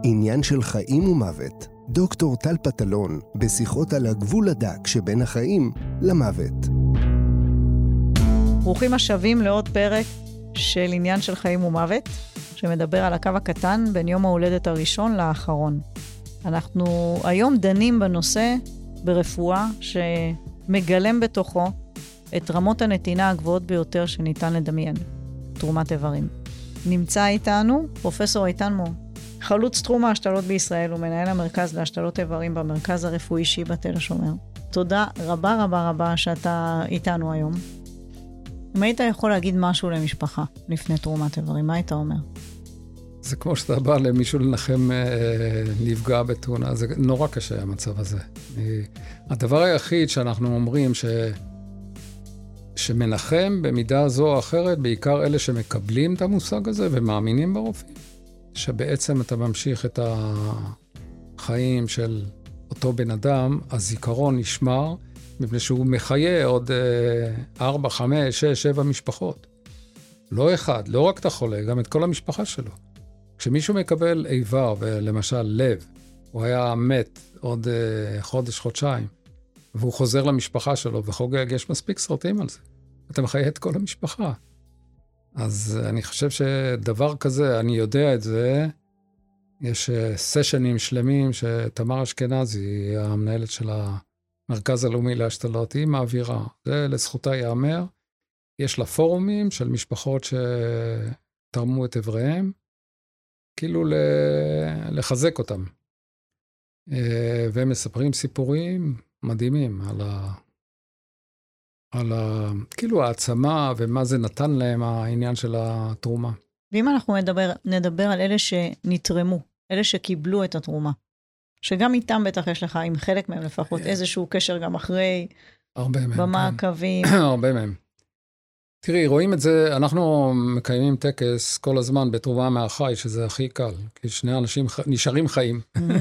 עניין של חיים ומוות. דוקטור טל פטלון, בשיחות על הגבול הדק שבין החיים למוות. ברוכים השבים לעוד פרק של עניין של חיים ומוות, שמדבר על הקו הקטן בין יום ההולדת הראשון לאחרון. אנחנו היום דנים בנושא ברפואה שמגלם בתוכו את רמות הנתינה הגבוהות ביותר שניתן לדמיין, תרומת איברים. נמצא איתנו פרופסור איתן מור, חלוץ תחום ההשתלות בישראל ומנהל המרכז להשתלות איברים במרכז הרפואי שיבא תל השומר. תודה רבה רבה רבה שאתה איתנו היום. אם היית יכול להגיד משהו למשפחה לפני תרומת איברים, מה היית אומר? זה כמו שאתה בא למישהו לנחם נפגע בתאונה, זה נורא קשה המצב הזה. הדבר היחיד שאנחנו אומרים שמנחם במידה זו או אחרת, בעיקר אלה שמקבלים את המושג הזה ומאמינים ברופאים, שבעצם אתה ממשיך את החיים של אותו בן אדם, הזיכרון נשמר, מפני שהוא מחיה עוד 4, 5, 6, 7 משפחות. לא אחד, לא רק את החולה, גם את כל המשפחה שלו. כשמישהו מקבל איבר, ולמשל לב, הוא היה מת עוד חודש, חודשיים, והוא חוזר למשפחה שלו וחוגג, יש מספיק סרטים על זה. אתה מחיה את כל המשפחה. אז אני חושב שדבר כזה, אני יודע את זה, יש סשנים שלמים שתמר אשכנזי, המנהלת של המרכז הלאומי להשתלות, היא מעבירה. זה לזכותה ייאמר. יש לה פורומים של משפחות שתרמו את איבריהם, כאילו לחזק אותם. והם מספרים סיפורים מדהימים על כאילו העצמה ומה זה נתן להם העניין של התרומה. ואם אנחנו נדבר על אלה שנתרמו, אלה שקיבלו את התרומה, שגם איתם בטח יש לך, עם חלק מהם לפחות, איזשהו קשר גם אחרי, במעקבים. הרבה מהם. תראי, רואים את זה, אנחנו מקיימים טקס כל הזמן בתרומה מהחי, שזה הכי קל, כי שני אנשים נשארים חיים.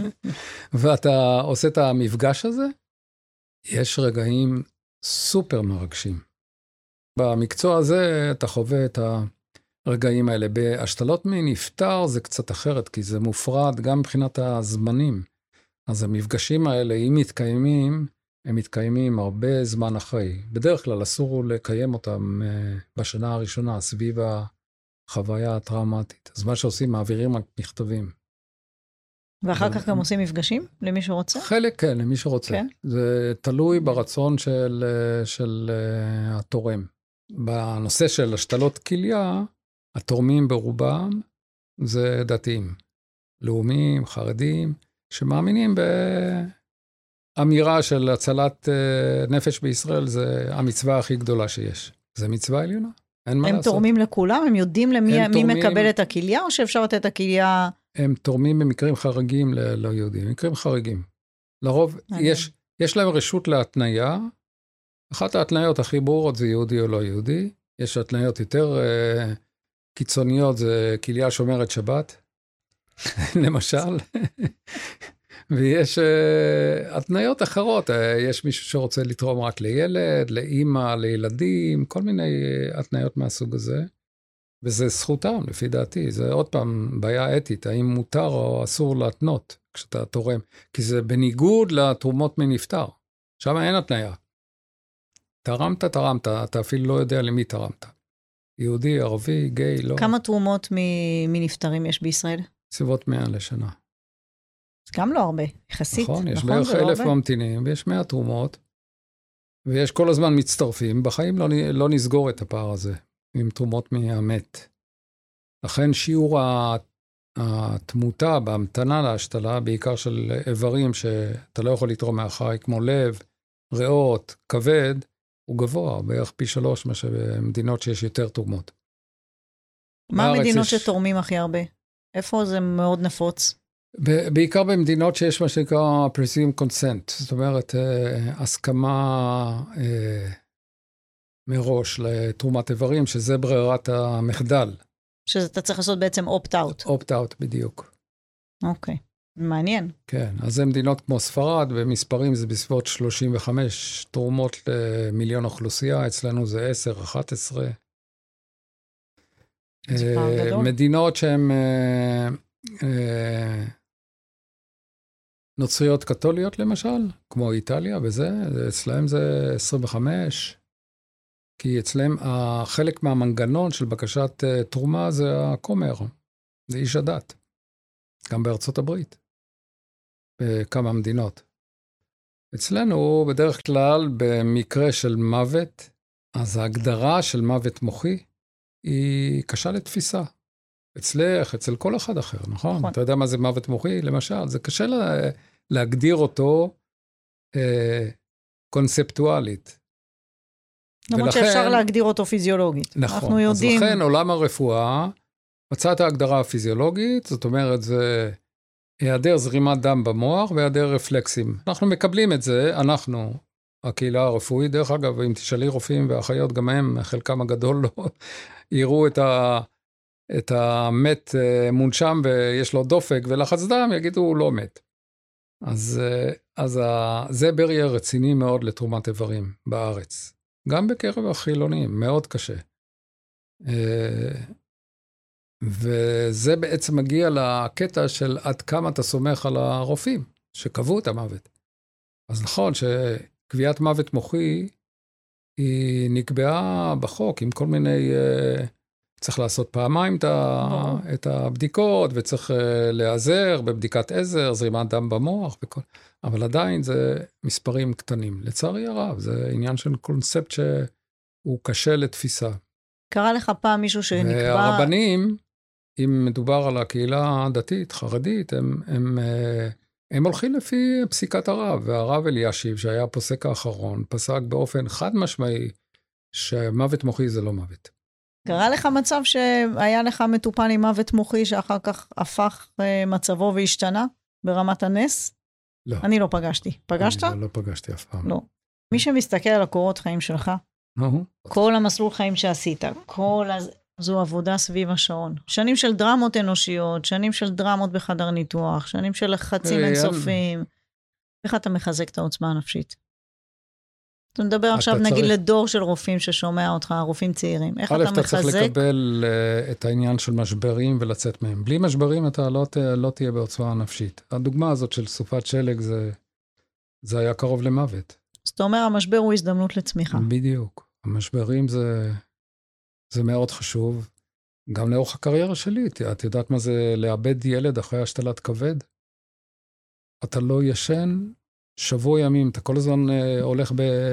ואתה עושה את המפגש הזה, יש רגעים סופר מרגשים. במקצוע הזה אתה חווה את הרגעים האלה. בהשתלות מנפטר זה קצת אחרת, כי זה מופרד גם מבחינת הזמנים. אז המפגשים האלה, אם מתקיימים, הם מתקיימים הרבה זמן אחרי. בדרך כלל אסור לקיים אותם בשנה הראשונה, סביב החוויה הטראומטית. אז מה שעושים, מעבירים רק מכתבים. ואחר כך גם עושים מפגשים למי שרוצה? חלק כן, למי שרוצה. כן? זה תלוי ברצון של התורם. בנושא של השתלות כליה, התורמים ברובם זה דתיים. לאומיים, חרדים, שמאמינים באמירה של הצלת נפש בישראל, זה המצווה הכי גדולה שיש. זה מצווה עליונה. אין מה לעשות. הם תורמים לכולם? הם יודעים מי מקבל את הכליה, או שאפשר לתת את הכליה? הם תורמים במקרים חריגים ללא יהודים, מקרים חריגים. לרוב יש להם רשות להתניה, אחת ההתניות הכי ברורות זה יהודי או לא יהודי, יש התניות יותר קיצוניות, זה כליה שומרת שבת, למשל, ויש התניות אחרות, יש מישהו שרוצה לתרום רק לילד, לאמא, לילדים, כל מיני התניות מהסוג הזה, וזה זכותם, לפי דעתי. זה עוד פעם בעיה אתית, האם מותר או אסור להתנות כשאתה תורם. כי זה בניגוד לתרומות מנפטר. שם אין התניה. תרמת, אתה אפילו לא יודע למי תרמת. יהודי, ערבי, גיי, לא. כמה תרומות מנפטרים יש בישראל? סביבות 100 לשנה. זה גם לא הרבה, יחסית. נכון, יש בערך 1,000 ממתינים, ויש 100 תרומות, ויש כל הזמן מצטרפים. בחיים לא נסגור את הפער הזה. עם תרומות מהמת. לכן שיעור התמותה בהמתנה להשתלה, בעיקר של איברים שאתה לא יכול לתרום מהחי, כמו לב, ריאות, כבד, הוא גבוה, בערך פי 3 מאשר במדינות שיש יותר תרומות. מה המדינות שתורמים הכי הרבה? איפה זה מאוד נפוץ? בעיקר במדינות שיש מה שנקרא presumed consent, זאת אומרת, הסכמה מראש לתרומת איברים, שזה ברירת המחדל. שאתה צריך לעשות בעצם opt-out. opt-out, בדיוק. אוקיי, מעניין. כן, אז זה מדינות כמו ספרד, ומספרים זה בסביבות 35 תרומות למיליון אוכלוסייה, אצלנו זה 10, 11. זה פער גדול. מדינות שהן נוצריות קתוליות למשל, כמו איטליה וזה, אצלהם זה 25, כי אצלהם חלק מהמנגנון של בקשת תרומה זה הכומר, זה איש הדת, גם בארצות הברית, בכמה מדינות. אצלנו בדרך כלל במקרה של מוות, אז ההגדרה של מוות מוחי היא קשה לתפיסה. אצלך, אצל כל אחד אחר, נכון? אתה יודע מה זה מוות מוחי? למשל, זה קשה להגדיר אותו קונספטואלית. למרות שאפשר להגדיר אותו פיזיולוגית. נכון, אז לכן עולם הרפואה מצא את ההגדרה הפיזיולוגית, זאת אומרת, זה היעדר זרימת דם במוח והיעדר רפלקסים. אנחנו מקבלים את זה, אנחנו, הקהילה הרפואית, דרך אגב, אם תשאלי רופאים ואחיות, גם הם, חלקם הגדול לא, יראו את המת מונשם ויש לו דופק ולחץ דם, יגידו הוא לא מת. אז זה ברייר רציני מאוד לתרומת איברים בארץ. גם בקרב החילונים, מאוד קשה. וזה בעצם מגיע לקטע של עד כמה אתה סומך על הרופאים שקבעו את המוות. אז נכון שקביעת מוות מוחי היא נקבעה בחוק עם כל מיני, צריך לעשות פעמיים את הבדיקות, וצריך להיעזר בבדיקת עזר, זרימת דם במוח וכל, אבל עדיין זה מספרים קטנים. לצערי הרב, זה עניין של קונספט שהוא קשה לתפיסה. קרא לך פעם מישהו שנקבע... והרבנים, אם מדובר על הקהילה הדתית, חרדית, הם הולכים לפי פסיקת הרב, והרב אלישיב, שהיה הפוסק האחרון, פסק באופן חד משמעי, שמוות מוחי זה לא מוות. קרה לך מצב שהיה לך מטופל עם מוות מוחי, שאחר כך הפך מצבו והשתנה ברמת הנס? לא. אני לא פגשתי. פגשת? אני לא פגשתי אף פעם. לא. מי שמסתכל על הקורות חיים שלך, כל המסלול חיים שעשית, זו עבודה סביב השעון. שנים של דרמות אנושיות, שנים של דרמות בחדר ניתוח, שנים של לחצים אינסופיים. איך אתה מחזק את העוצמה הנפשית? אתה מדבר עכשיו נגיד לדור של רופאים ששומע אותך, רופאים צעירים. איך אתה מחזק? אתה צריך לקבל את העניין של משברים ולצאת מהם. בלי משברים אתה לא תהיה בעוצמה נפשית. הדוגמה הזאת של סופת שלג זה היה קרוב למוות. אז אתה אומר, המשבר הוא הזדמנות לצמיחה. בדיוק. המשברים זה מאוד חשוב. גם לאורך הקריירה שלי, את יודעת מה זה לאבד ילד אחרי השתלת כבד? אתה לא ישן שבוע ימים, אתה כל הזמן הולך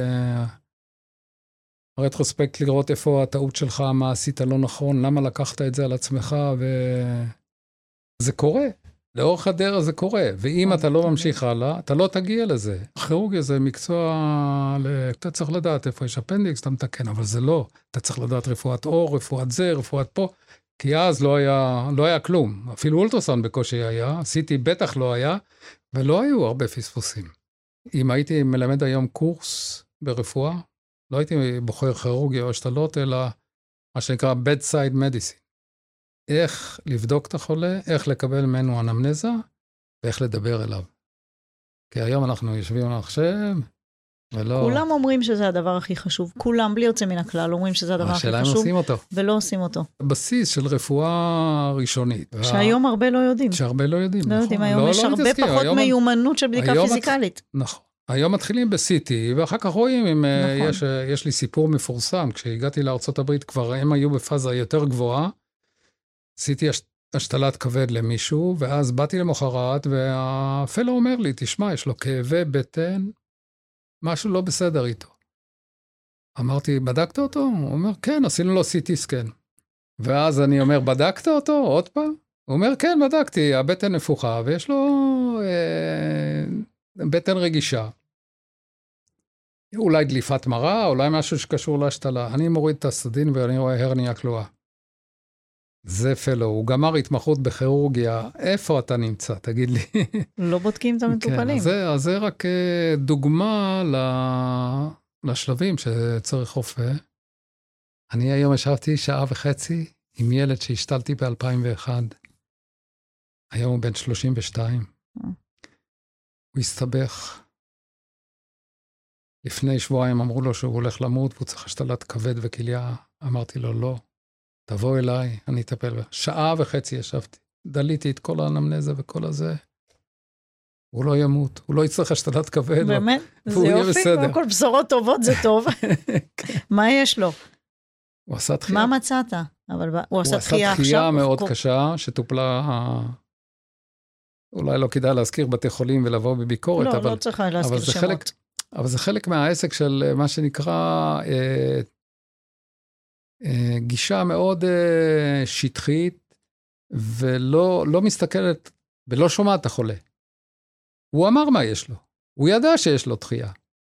ברטרוספקט לראות איפה הטעות שלך, מה עשית לא נכון, למה לקחת את זה על עצמך, וזה קורה. לאורך הדרך זה קורה, ואם אתה לא ממשיך הלאה, אתה לא תגיע לזה. כירורגיה זה מקצוע, אתה צריך לדעת איפה יש אפנדיקס, אתה מתקן, אבל זה לא. אתה צריך לדעת רפואת אור, רפואת זה, רפואת פה, כי אז לא היה כלום. אפילו אולטרסאונד בקושי היה, CT בטח לא היה, ולא היו הרבה פספוסים. אם הייתי מלמד היום קורס ברפואה, לא הייתי בוחר כירורגיה או השתלות, אלא מה שנקרא bedside medicine. איך לבדוק את החולה, איך לקבל ממנו אנמנזה, ואיך לדבר אליו. כי היום אנחנו יושבים על המחשב, ולא... כולם אומרים שזה הדבר הכי חשוב. כולם, בלי יוצא מן הכלל, אומרים שזה הדבר הכי חשוב. השאלה הם עושים אותו. ולא עושים אותו. בסיס של רפואה ראשונית. שהיום הרבה לא יודעים. שהרבה לא יודעים, נכון. לא יודעים, היום יש הרבה פחות מיומנות של בדיקה פיזיקלית. נכון. היום מתחילים ב-CT, ואחר כך רואים אם יש לי סיפור מפורסם. כשהגעתי לארצות הברית כבר הם היו בפאזה יותר גבוהה, עשיתי השתלת כבד למישהו, ואז באתי למחרת, והפלו אומר לי, תשמע, יש לו כאבי בטן, משהו לא בסדר איתו. אמרתי, בדקת אותו? הוא אומר, כן, עשינו לו CT סקן. ואז אני אומר, בדקת אותו? עוד פעם? הוא אומר, כן, בדקתי, הבטן נפוחה, ויש לו בטן רגישה. אולי דליפת מרה, אולי משהו שקשור להשתלה. אני מוריד את הסדין ואני רואה הרניה כלואה. זה פלו, הוא גמר התמחות בכירורגיה, איפה אתה נמצא, תגיד לי. לא בודקים את המטופלים. כן, אז זה רק דוגמה לשלבים שצריך רופא. אני היום ישבתי 1.5 שעה עם ילד שהשתלתי ב-2001. היום הוא בן 32. הוא הסתבך. לפני שבועיים אמרו לו שהוא הולך למות, והוא צריך השתלת כבד וכליה. אמרתי לו, לא. תבוא אליי, אני אטפל בה. 1.5 שעה ישבתי. דליתי את כל האנמנזה וכל הזה. הוא לא ימות, הוא לא יצטרך השתלת כבד. באמת? זה יופי, קודם כל בשורות טובות זה טוב. מה יש לו? הוא עשה תחייה. מה מצאת? הוא עשה תחייה עכשיו? הוא עשה תחייה מאוד קשה, שטופלה, אולי לא כדאי להזכיר בתי חולים ולבוא בביקורת. לא צריך להזכיר שמות. אבל זה חלק מהעסק של מה שנקרא גישה מאוד שטחית, ולא מסתכלת, ולא שומעת את החולה. הוא אמר מה יש לו. הוא ידע שיש לו תחייה.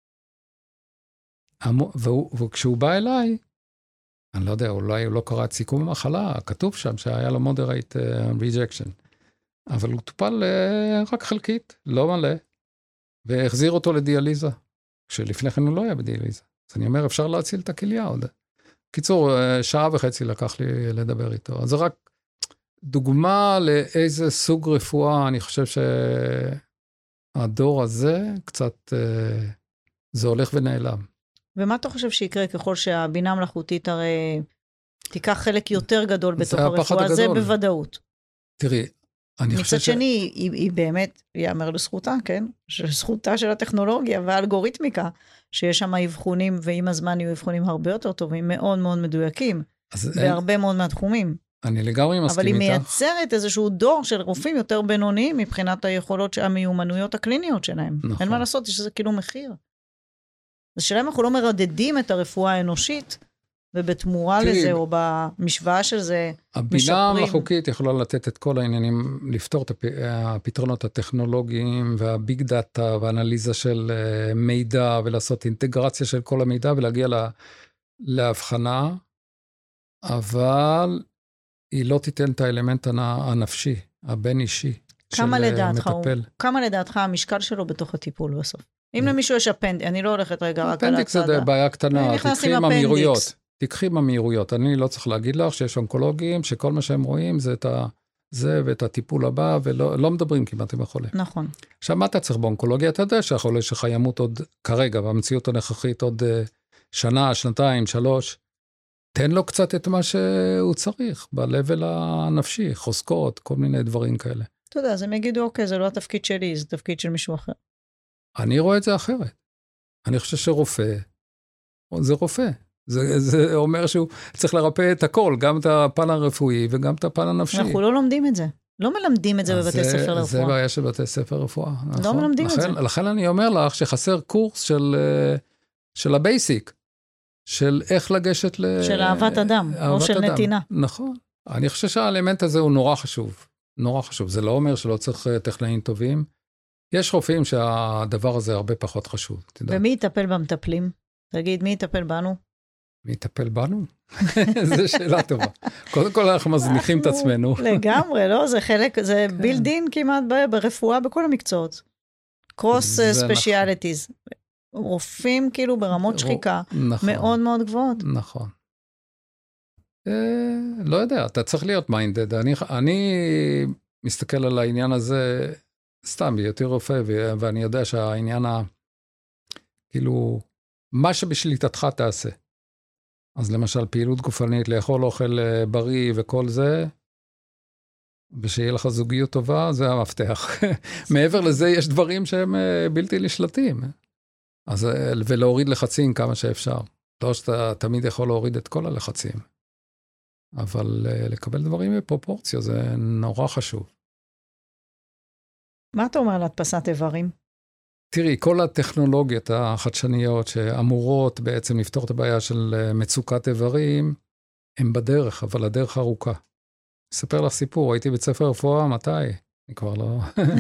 וכשהוא בא אליי, אני לא יודע, אולי הוא לא קרא את סיכום המחלה, כתוב שם שהיה לו moderate rejection. אבל הוא טופל רק חלקית, לא מלא, והחזיר אותו לדיאליזה, כשלפני כן הוא לא היה בדיאליזה. אז אני אומר, אפשר להציל את הכליה עוד. קיצור, 1.5 שעות לקח לי לדבר איתו. אז זה רק דוגמה לאיזה סוג רפואה, אני חושב שהדור הזה קצת, זה הולך ונעלם. ומה אתה חושב שיקרה ככל שהבינה המלאכותית הרי תיקח חלק יותר גדול בתוך הרפואה? זה בוודאות. תראי, אני חושב מצד שני, היא באמת, יאמר לזכותה, כן? זכותה של הטכנולוגיה והאלגוריתמיקה, שיש שם אבחונים, ועם הזמן יהיו אבחונים הרבה יותר טובים, מאוד מאוד מדויקים, בהרבה מאוד מהתחומים. אני לגמרי מסכים איתך. אבל היא מייצרת איזשהו דור של רופאים יותר בינוניים, מבחינת היכולות, המיומנויות הקליניות שלהם. נכון. אין מה לעשות, יש איזה כאילו מחיר. אז שאלה אם אנחנו לא מרדדים את הרפואה האנושית, ובתמורה לזה, או במשוואה של זה, הבינה המלאכותית יכולה לתת את כל העניינים, לפתור את הפתרונות הטכנולוגיים, והביג דאטה, והאנליזה של מידע, ולעשות אינטגרציה של כל המידע, ולהגיע להבחנה, אבל היא לא תיתן את האלמנט הנפשי, הבין אישי, של מטפל. כמה לדעתך המשקל שלו בתוך הטיפול בסוף? אם למישהו יש אפנדיקס, אני לא הולכת רגע רק על הצדה. אפנדיקס זה בעיה קטנה, תקחי עם המהירויות. תקחי עם המהירויות. אני לא צריך להגיד לך שיש אונקולוגים, שכל מה שהם רואים זה את זה ואת הטיפול הבא, ולא מדברים כמעט עם החולה. נכון. עכשיו, מה אתה צריך באונקולוגיה? אתה יודע שהחולה שלך ימות עוד כרגע, במציאות הנוכחית עוד שנה, שנתיים, 3. תן לו קצת את מה שהוא צריך, ב-level הנפשי, חוזקות, כל מיני דברים כאלה. אתה יודע, אז הם יגידו, אוקיי, זה לא התפקיד שלי, זה תפקיד של מישהו אחר. אני רואה את זה אחרת. אני חושב שרופא, זה רופא. זה אומר שהוא צריך לרפא את הכל, גם את הפן הרפואי וגם את הפן הנפשי. אנחנו לא לומדים את זה. לא מלמדים את זה בבתי ספר לרפואה. זה בעיה של בתי ספר רפואה. לא מלמדים את זה. לכן אני אומר לך שחסר קורס של הבייסיק, של איך לגשת של אהבת אדם, או של נתינה. נכון. אני חושב שהאלמנט הזה הוא נורא חשוב. נורא חשוב. זה לא אומר שלא צריך טכנאים טובים. יש רופאים שהדבר הזה הרבה פחות חשוב. ומי יטפל במטפלים? תגיד, מי יטפל בנו? מי יטפל בנו? זו שאלה טובה. קודם כל אנחנו מזניחים את עצמנו. לגמרי, לא? זה חלק, זה בילדין כמעט ברפואה, בכל המקצועות. קרוס ספציאליטיז. רופאים כאילו ברמות שחיקה, מאוד מאוד גבוהות. נכון. לא יודע, אתה צריך להיות מיינדד. אני מסתכל על העניין הזה, סתם, בהיותי רופא, ואני יודע שהעניין כאילו, מה שבשליטתך תעשה. אז למשל, פעילות גופנית, לאכול אוכל בריא וכל זה, ושיהיה לך זוגיות טובה, זה המפתח. מעבר לזה, יש דברים שהם בלתי נשלטים. אז, ולהוריד לחצים כמה שאפשר. לא שאתה תמיד יכול להוריד את כל הלחצים. אבל לקבל דברים בפרופורציה, זה נורא חשוב. מה אתה אומר על הדפסת איברים? תראי, כל הטכנולוגיות החדשניות שאמורות בעצם לפתור את הבעיה של מצוקת איברים, הם בדרך, אבל הדרך ארוכה. אספר לך סיפור, הייתי בית ספר רפואה, מתי? אני כבר לא...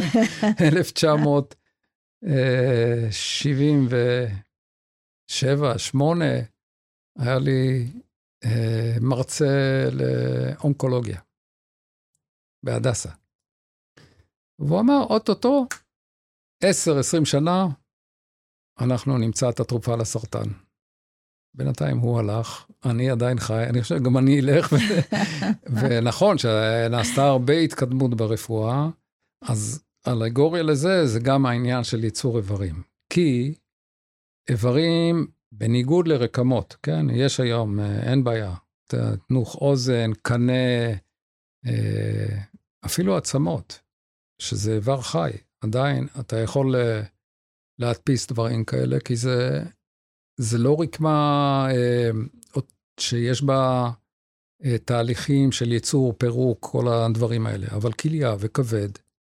1977, 8, היה לי מרצה לאונקולוגיה, בהדסה. והוא אמר, אוטוטו, 10-20 שנה, אנחנו נמצא את התרופה לסרטן. בינתיים הוא הלך, אני עדיין חי, אני חושב גם אני אלך, ונכון שנעשתה הרבה התקדמות ברפואה, אז אלגוריה לזה, זה גם העניין של ייצור איברים. כי איברים, בניגוד לרקמות, כן? יש היום, אין בעיה, תנוך אוזן, קנה, אפילו עצמות, שזה איבר חי. עדיין אתה יכול להדפיס דברים כאלה, כי זה לא רקמה שיש בה תהליכים של ייצור, פירוק, כל הדברים האלה, אבל כליה וכבד,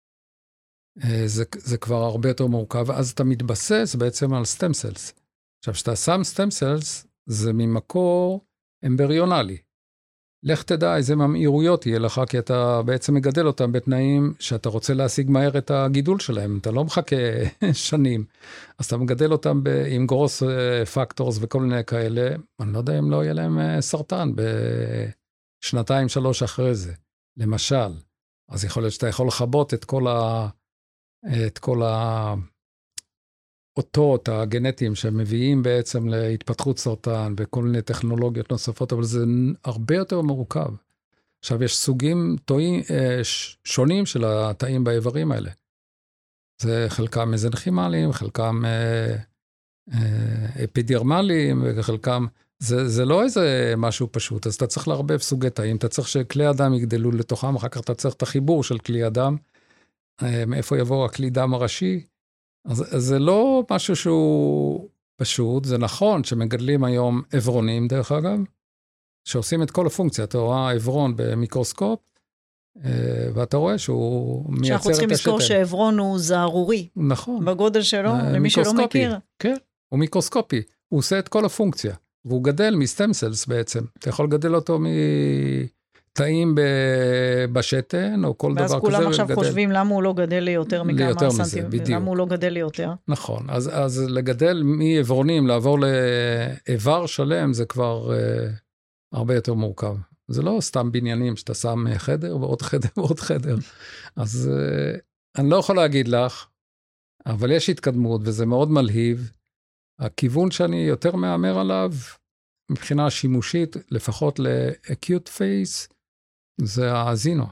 זה כבר הרבה יותר מורכב, ואז אתה מתבסס בעצם על סטם סלס. עכשיו, כשאתה שם סטם סלס, זה ממקור אמבריונלי. לך תדע איזה ממאירויות יהיה לך, כי אתה בעצם מגדל אותם בתנאים שאתה רוצה להשיג מהר את הגידול שלהם, אתה לא מחכה שנים, אז אתה מגדל אותם עם גרוס פקטורס וכל מיני כאלה, אני לא יודע אם לא יהיה להם סרטן בשנתיים, 3 אחרי זה, למשל. אז יכול להיות שאתה יכול לחבות את כל האותות הגנטיים שמביאים בעצם להתפתחות סרטן וכל מיני טכנולוגיות נוספות, אבל זה הרבה יותר מורכב. עכשיו, יש סוגים שונים של התאים באיברים האלה. זה חלקם מזנכימליים, חלקם אפידרמליים, וחלקם, זה לא איזה משהו פשוט, אז אתה צריך להרבב סוגי תאים, אתה צריך שכלי אדם יגדלו לתוכם, אחר כך אתה צריך את החיבור של כלי אדם, מאיפה יבוא הכלי דם הראשי, אז זה לא משהו שהוא פשוט, זה נכון שמגדלים היום עברונים דרך אגב, שעושים את כל הפונקציה, אתה רואה עברון במיקרוסקופ, ואתה רואה שהוא מייצר את השתן. שאנחנו צריכים לזכור שעברון הוא זערורי. נכון. בגודל שלו, למי שלא מכיר. כן, הוא מיקרוסקופי, הוא עושה את כל הפונקציה, והוא גדל מסטם סלס בעצם, אתה יכול לגדל אותו תאים בשתן, או כל דבר כזה. ואז כולם עכשיו חושבים למה הוא לא גדל לי יותר מכמה סנטימטר. למה הוא לא גדל לי יותר. נכון, אז לגדל מעברונים, לעבור לאיבר שלם, זה כבר הרבה יותר מורכב. זה לא סתם בניינים שאתה שם חדר ועוד חדר ועוד חדר. אז אני לא יכול להגיד לך, אבל יש התקדמות, וזה מאוד מלהיב. הכיוון שאני יותר מאמר עליו, מבחינה שימושית, לפחות ל-acute phase, זה הזינו,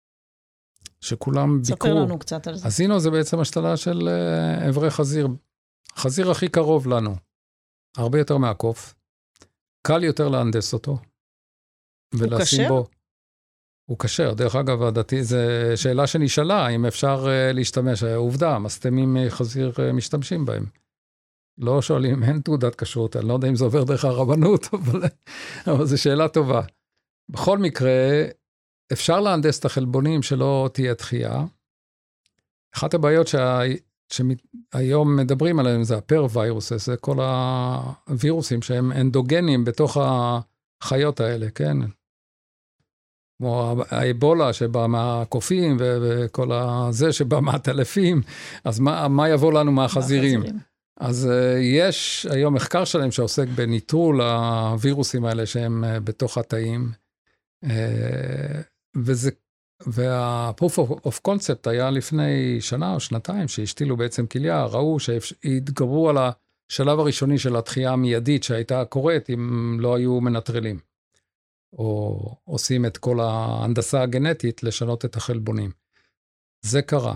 שכולם ביקרו. ספר לנו קצת על זה. הזינו זה בעצם השתלה של אברי חזיר. החזיר הכי קרוב לנו, הרבה יותר מהקוף. קל יותר להנדס אותו. הוא קשר? בו. הוא קשר. דרך אגב, הדתי, זו שאלה שנשאלה, אם אפשר להשתמש. עובדה, מסתמים חזיר משתמשים בהם. לא שואלים, אין תעודת כשרות, אני לא יודע אם זה עובר דרך הרבנות, אבל זו שאלה טובה. בכל מקרה, אפשר להנדס את החלבונים שלא תהיה דחייה. אחת הבעיות שהיום מדברים עליהם זה הפר וירוסס, זה כל הווירוסים שהם אנדוגנים בתוך החיות האלה, כן? כמו האבולה שבא מהקופים וכל הזה שבא מהטלפים, אז מה יבוא לנו מהחזירים? אז יש היום מחקר שלהם שעוסק בניטרול הווירוסים האלה שהם בתוך התאים, וה-proof of concept היה לפני שנה או שנתיים, שהשתילו בעצם כליה, ראו שהתגברו על השלב הראשוני של התחייה המיידית שהייתה קורית אם לא היו מנטרלים, או עושים את כל ההנדסה הגנטית לשנות את החלבונים. זה קרה.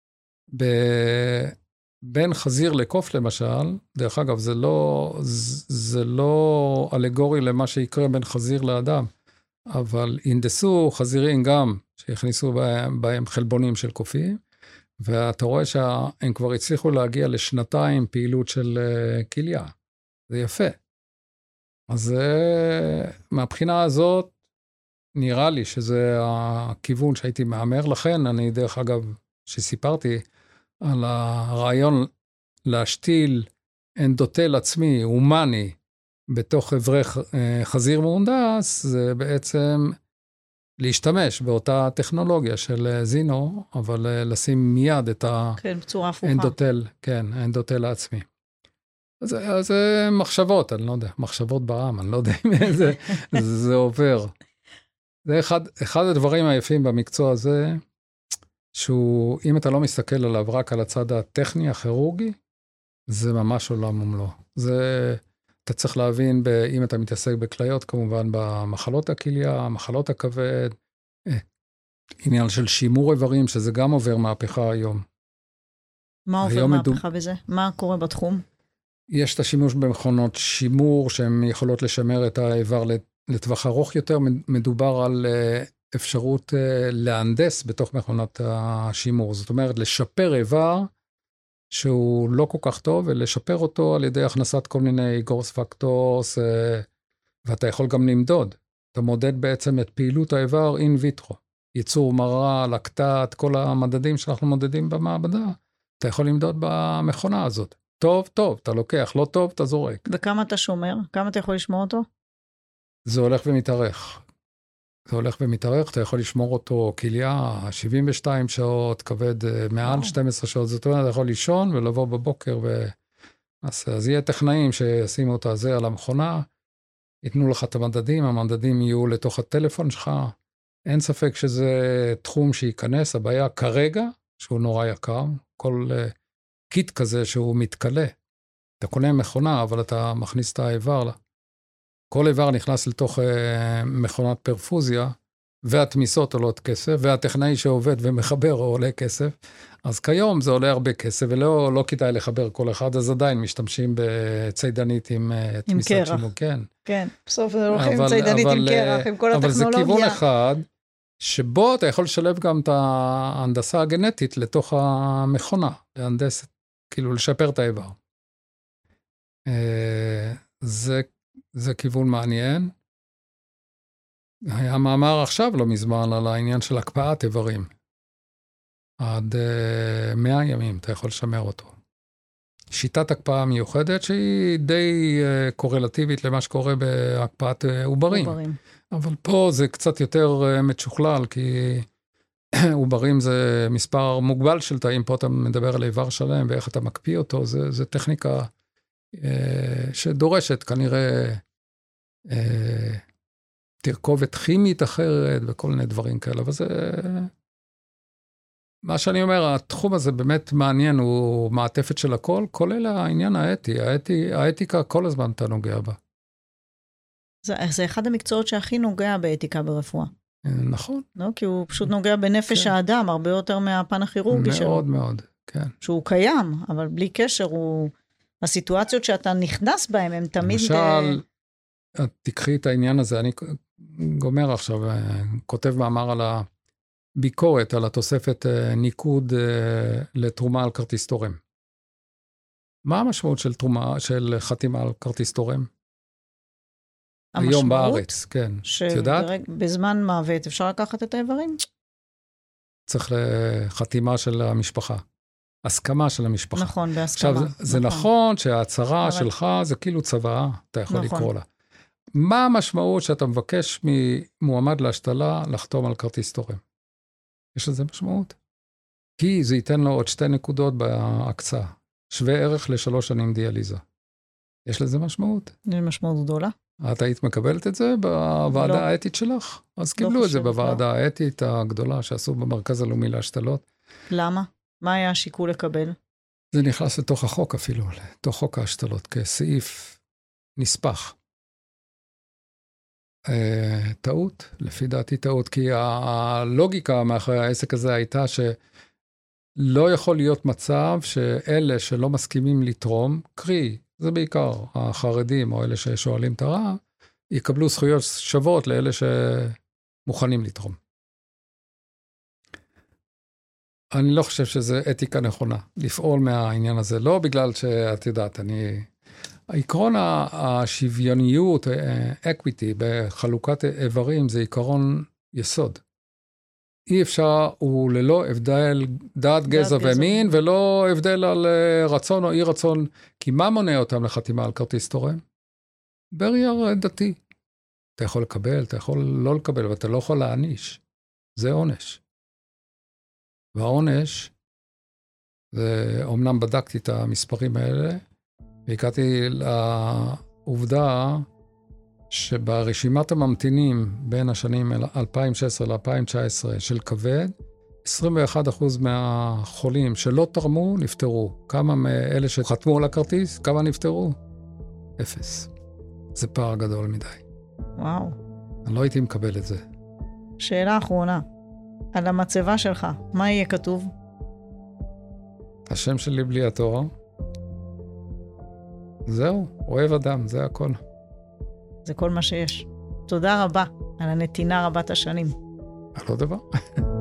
בין חזיר לקוף למשל, דרך אגב, זה לא אלגורי למה שיקרה בין חזיר לאדם, אבל הנדסו חזירים גם, שהכניסו בהם חלבונים של קופים, ואתה רואה שהם כבר הצליחו להגיע לשנתיים פעילות של כליה. זה יפה. אז מהבחינה הזאת, נראה לי שזה הכיוון שהייתי מאמר, לכן אני דרך אגב, שסיפרתי, על הרעיון להשתיל אנדוטל עצמי, הומני, בתוך אברי חזיר מהונדס, זה בעצם להשתמש באותה טכנולוגיה של זינו, אבל לשים מיד את האנדוטל, כן, האנדוטל העצמי. אז מחשבות, אני לא יודע, מחשבות בעם, אני לא יודע אם זה עובר. זה אחד הדברים היפים במקצוע הזה, שהוא, אם אתה לא מסתכל עליו רק על הצד הטכני, הכירורגי, זה ממש עולם ומלואו. זה, אתה צריך להבין, אם אתה מתעסק בכליות, כמובן, במחלות הכליה, מחלות הכבד, עניין של שימור איברים, שזה גם עובר מהפכה היום. מה עובר מהפכה בזה? מה קורה בתחום? יש את השימוש במכונות שימור, שהן יכולות לשמר את האיבר לטווח ארוך יותר, מדובר על אפשרות להנדס בתוך מכונת השימור. זאת אומרת, לשפר איבר שהוא לא כל כך טוב, ולשפר אותו על ידי הכנסת כל מיני גורס פקטורס, ואתה יכול גם למדוד. אתה מודד בעצם את פעילות האיבר אין ויטרו. ייצור מראה, לקטט, כל המדדים שאנחנו מודדים במעבדה, אתה יכול למדוד במכונה הזאת. טוב, טוב, אתה לוקח, לא טוב, אתה זורק. וכמה אתה שומר? כמה אתה יכול לשמור אותו? זה הולך ומתארך. זה הולך ומתארך, אתה יכול לשמור אותו כליה, 72 שעות, כבד מעל 12 שעות, זאת אומרת, אתה יכול לישון ולבוא בבוקר, אז יהיה טכנאים שישימו את זה על המכונה, ייתנו לך את המדדים, המדדים יהיו לתוך הטלפון שלך, אין ספק שזה תחום שייכנס, הבעיה כרגע, שהוא נורא יקר, כל קיט כזה שהוא מתקלה, אתה קונה מכונה, אבל אתה מכניס את האיבר לה. כל איבר נכנס לתוך מכונת פרפוזיה, והתמיסות עולות כסף, והטכנאי שעובד ומחבר עולה כסף, אז כיום זה עולה הרבה כסף, ולא כדאי לחבר כל אחד, אז עדיין משתמשים בציידנית עם תמיסת שימור. כן, בסוף הולכים עם ציידנית עם קרח, עם כל הטכנולוגיה. אבל זה כיוון אחד, שבו אתה יכול לשלב גם את ההנדסה הגנטית לתוך המכונה, להנדס, כאילו לשפר את האיבר. זה כיוון מעניין. היה מאמר עכשיו לא מזמן על העניין של הקפאת איברים. עד 100 ימים אתה יכול לשמר אותו. שיטת הקפאה מיוחדת שהיא די קורלטיבית למה שקורה בהקפאת עוברים. אבל פה זה קצת יותר מצ'וכלל, כי עוברים זה מספר מוגבל של תאים, פה אתה מדבר על איבר שלם ואיך אתה מקפיא אותו, זה טכניקה שדורשת כנראה תרכובת כימית אחרת וכל מיני דברים כאלה, אבל זה מה שאני אומר, התחום הזה באמת מעניין, הוא מעטפת של הכל, כולל העניין האתי, האתיקה כל הזמן אתה נוגע בה. זה אחד המקצועות שהכי נוגע באתיקה ברפואה. נכון. לא? כי הוא פשוט נוגע בנפש האדם, הרבה יותר מהפן הכירורגי שלו. מאוד מאוד, כן. שהוא קיים, אבל בלי קשר, הסיטואציות שאתה נכנס בהן, הם תמיד... למשל, תקחי את העניין הזה, אני גומר עכשיו, כותב מאמר על הביקורת, על התוספת ניקוד לתרומה על כרטיס תורם. מה המשמעות של חתימה על כרטיס תורם? היום בארץ, כן. את יודעת? בזמן מוות אפשר לקחת את האיברים? צריך לחתימה של המשפחה. הסכמה של המשפחה. נכון, בהסכמה. עכשיו, זה נכון שההצהרה שלך זה כאילו צוואה, אתה יכול לקרוא לה. מה המשמעות שאתה מבקש ממועמד להשתלה לחתום על כרטיס תורם? יש לזה משמעות? כי זה ייתן לו עוד 2 נקודות בהקצאה. שווה ערך ל3 שנים דיאליזה. יש לזה משמעות? זה משמעות גדולה. את היית מקבלת את זה בוועדה האתית שלך? אז קיבלו את זה בוועדה האתית הגדולה שעשו במרכז הלאומי להשתלות. למה? מה היה השיקול לקבל? זה נכנס לתוך החוק אפילו, לתוך חוק ההשתלות, כסעיף נספח. טעות, לפי דעתי טעות, כי הלוגיקה מאחורי העסק הזה הייתה שלא יכול להיות מצב שאלה שלא מסכימים לתרום, קרי, זה בעיקר החרדים או אלה ששואלים את הרע, יקבלו זכויות שוות לאלה שמוכנים לתרום. אני לא חושב שזה אתיקה נכונה, לפעול מהעניין הזה, לא בגלל שאת יודעת, העיקרון השוויוניות, equity, בחלוקת איברים, זה עיקרון יסוד. אי אפשר, הוא ללא הבדל דת, גזע ומין, ולא הבדל על רצון או אי רצון, כי מה מונע אותם לחתימה על כרטיס תורם? ברייר דתי. אתה יכול לקבל, אתה יכול לא לקבל, ואתה לא יכול להעניש. זה עונש. והעונש, אומנם בדקתי את המספרים האלה, והגעתי לעובדה שברשימת הממתינים בין השנים 2016 ל-2019 של כבד, 21% מהחולים שלא תרמו נפטרו. כמה מאלה שחתמו על הכרטיס, כמה נפטרו? 0. זה פער גדול מדי. וואו. אני לא הייתי מקבל את זה. שאלה אחרונה. על המצבה שלך, מה יהיה כתוב? השם שלי בלי התואר. זהו, אוהב אדם, זה הכל. זה כל מה שיש. תודה רבה על הנתינה רבת השנים. על עוד דבר.